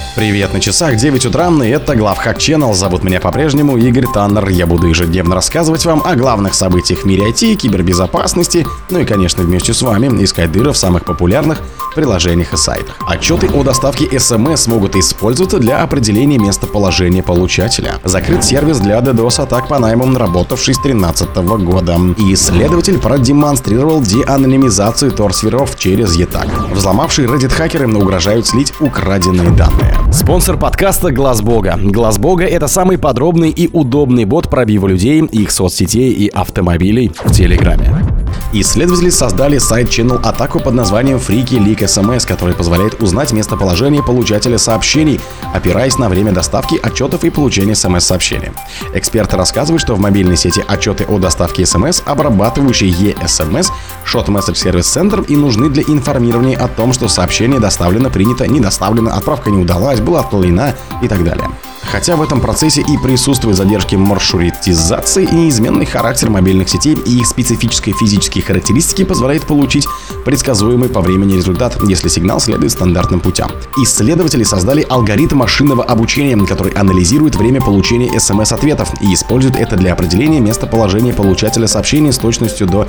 Привет, на часах 9 утра, и это Главхак Channel. Зовут меня по-прежнему Игорь Таннер. Я буду ежедневно рассказывать вам о главных событиях в мире IT, кибербезопасности, ну и, конечно, вместе с вами искать дыры в самых популярных приложениях и сайтах. Отчеты о доставке SMS могут использоваться для определения местоположения получателя. Закрыт сервис для DDoS-атак по найму, работавший с 2013 года. И исследователь продемонстрировал деанонимизацию Tor-серверов через ETAC. Взломавшие Reddit хакеры угрожают слить украденные данные. Спонсор подкаста Глаз Бога. Глаз Бога — это самый подробный и удобный бот пробива людей, их соцсетей и автомобилей в Телеграме. Исследователи создали сайд-ченнел-атаку под названием Freaky Leak SMS, который позволяет узнать местоположение получателя сообщений, опираясь на время доставки отчетов и получения SMS-сообщения. Эксперты рассказывают, что в мобильной сети отчеты о доставке SMS, обрабатывающие eSMS, Short Message Service Center, и нужны для информирования о том, что сообщение доставлено, принято, не доставлено, отправка не удалась, была отклонена и так далее. Хотя в этом процессе и присутствуют задержки маршрутизации, и неизменный характер мобильных сетей и их специфические физические характеристики позволяет получить предсказуемый по времени результат, если сигнал следует стандартным путям. Исследователи создали алгоритм машинного обучения, который анализирует время получения SMS-ответов и использует это для определения местоположения получателя сообщения с точностью до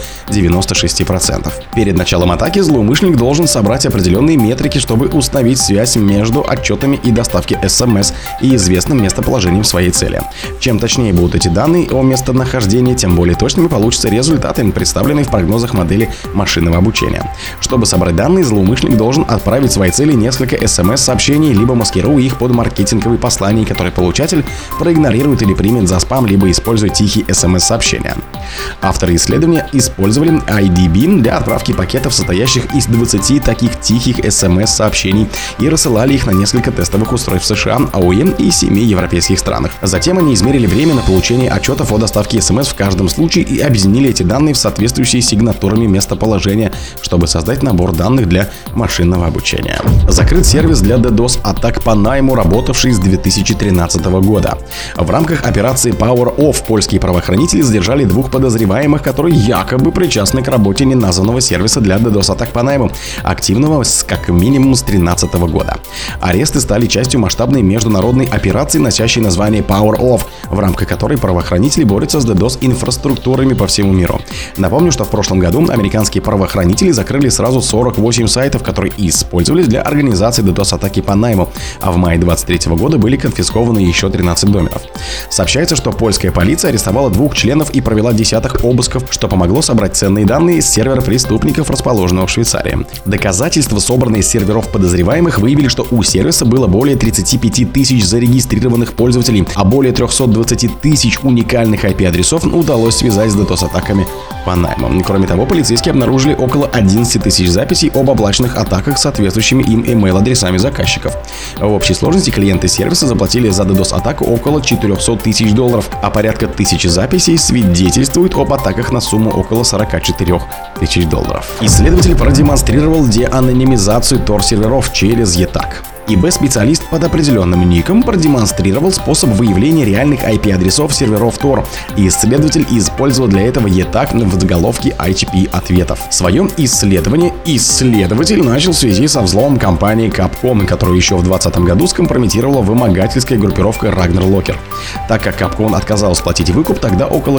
96%. Перед началом атаки злоумышленник должен собрать определенные метрики, чтобы установить связь между отчетами и доставкой SMS и известным местоположением своей цели. Чем точнее будут эти данные о местонахождении, тем более точными получатся результаты, представленные в прогнозах модели машинного обучения. Чтобы собрать данные, злоумышленник должен отправить своей цели несколько SMS-сообщений, либо маскируя их под маркетинговые послания, которые получатель проигнорирует или примет за спам, либо использует тихие SMS-сообщения. Авторы исследования использовали IDB для отправки пакетов, состоящих из 20 таких тихих SMS-сообщений, и рассылали их на несколько тестовых устройств в США, АОЕ и 7 европейских странах. Затем они измерили время на получение отчетов о доставке SMS в каждом случае и объединили эти данные в соответствующие сигнатурами местоположения, чтобы создать набор данных для машинного обучения. Закрыт сервис для DDoS-атак по найму, работавший с 2013 года. В рамках операции Power Off польские правоохранители задержали двух подозреваемых, которые якобы причастны к работе неназванного сервиса для DDoS-атак по найму, активного как минимум с 2013 года. Аресты стали частью масштабной международной операции, носящей название Power Off, в рамках которой правоохранители борются с DDoS-инфраструктурами по всему миру. Напомню, что в прошлом году американские правоохранители закрыли сразу 48 сайтов, которые использовались для организации DDoS-атаки по найму, а в мае 2023 года были конфискованы еще 13 доменов. Сообщается, что польская полиция арестовала 2 членов и провела десяток обысков, что помогло собрать ценные данные с сервера преступников, расположенного в Швейцарии. Доказательства, собранные с серверов подозреваемых, выявили, что у сервиса было более 35 тысяч зарегистрированных пользователей, а более 320 тысяч уникальных IP-адресов удалось связать с DDoS-атаками по найму. Кроме того, полицейские обнаружили около 11 тысяч записей об оплаченных атаках с соответствующими им email-адресами заказчиков. В общей сложности клиенты сервиса заплатили за DDoS-атаку около 400 тысяч долларов, а порядка 1000 записей свидетельствуют об атаках на сумму около 44 тысяч долларов. Исследователь продемонстрировал деанонимизацию Tor-серверов через ETAC. ИБ-специалист под определенным ником продемонстрировал способ выявления реальных IP-адресов серверов Tor, и исследователь использовал для этого ETAC в заголовке HTTP-ответов. В своем исследовании исследователь начал в связи со взломом компании Capcom, которую еще в 2020 году скомпрометировала вымогательская группировка Ragnarlocker. Так как Capcom отказалась платить выкуп, тогда около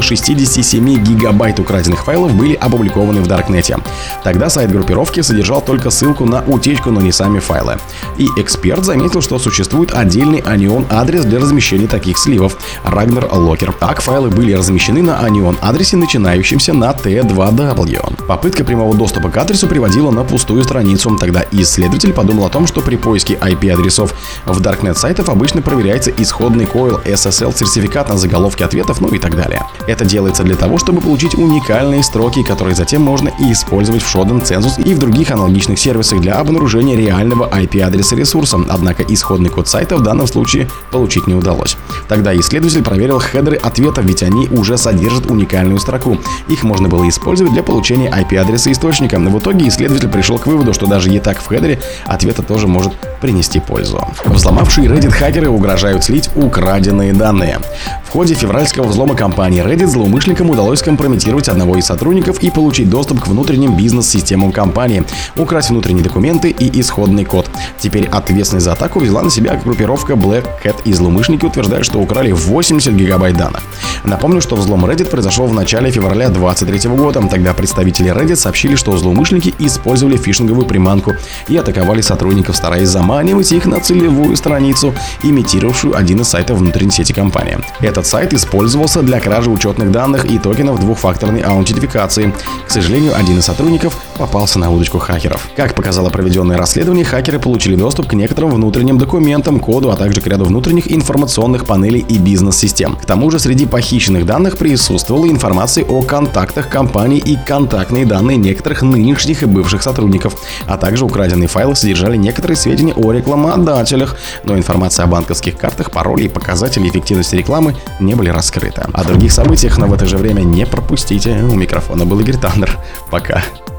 67 гигабайт украденных файлов были опубликованы в Даркнете. Тогда сайт группировки содержал только ссылку на утечку, но не сами файлы. И эксперт заметил, что существует отдельный Anion-адрес для размещения таких сливов — Ragnarlocker. Так, файлы были размещены на Anion-адресе, начинающемся на T2W. Попытка прямого доступа к адресу приводила на пустую страницу. Тогда исследователь подумал о том, что при поиске IP-адресов в Darknet сайтов обычно проверяется исходный coil, SSL-сертификат на заголовке ответов, ну и так далее. Это делается для того, чтобы получить уникальные строки, которые затем можно и использовать в Shodan Census и в других аналогичных сервисах для обнаружения реального IP-адреса ресурса, однако исходный код сайта в данном случае получить не удалось. Тогда исследователь проверил хедеры ответов, ведь они уже содержат уникальную строку. Их можно было использовать для получения IP-адреса источника. Но в итоге исследователь пришел к выводу, что даже ETAC в хедере ответа тоже может принести пользу. Взломавшие Reddit хакеры угрожают слить украденные данные. В ходе февральского взлома компании Reddit злоумышленникам удалось скомпрометировать одного из сотрудников и получить доступ к внутренним бизнес-системам компании, украсть внутренние документы и исходный код. Теперь от ответственность за атаку взяла на себя группировка Black Cat, и злоумышленники утверждают, что украли 80 гигабайт данных. Напомню, что взлом Reddit произошел в начале февраля 2023 года. Тогда представители Reddit сообщили, что злоумышленники использовали фишинговую приманку и атаковали сотрудников, стараясь заманивать их на целевую страницу, имитировавшую один из сайтов внутренней сети компании. Этот сайт использовался для кражи учетных данных и токенов двухфакторной аутентификации. К сожалению, один из сотрудников попался на удочку хакеров. Как показало проведенное расследование, хакеры получили доступ к некоторым внутренним документам, коду, а также к ряду внутренних информационных панелей и бизнес-систем. К тому же среди похищенных данных присутствовала информация о контактах компаний и контактные данные некоторых нынешних и бывших сотрудников, а также украденные файлы содержали некоторые сведения о рекламодателях, но информация о банковских картах, пароли и показатели эффективности рекламы не были раскрыты. О других событиях, но в это же время не пропустите. У микрофона был Игорь Таннер. Пока.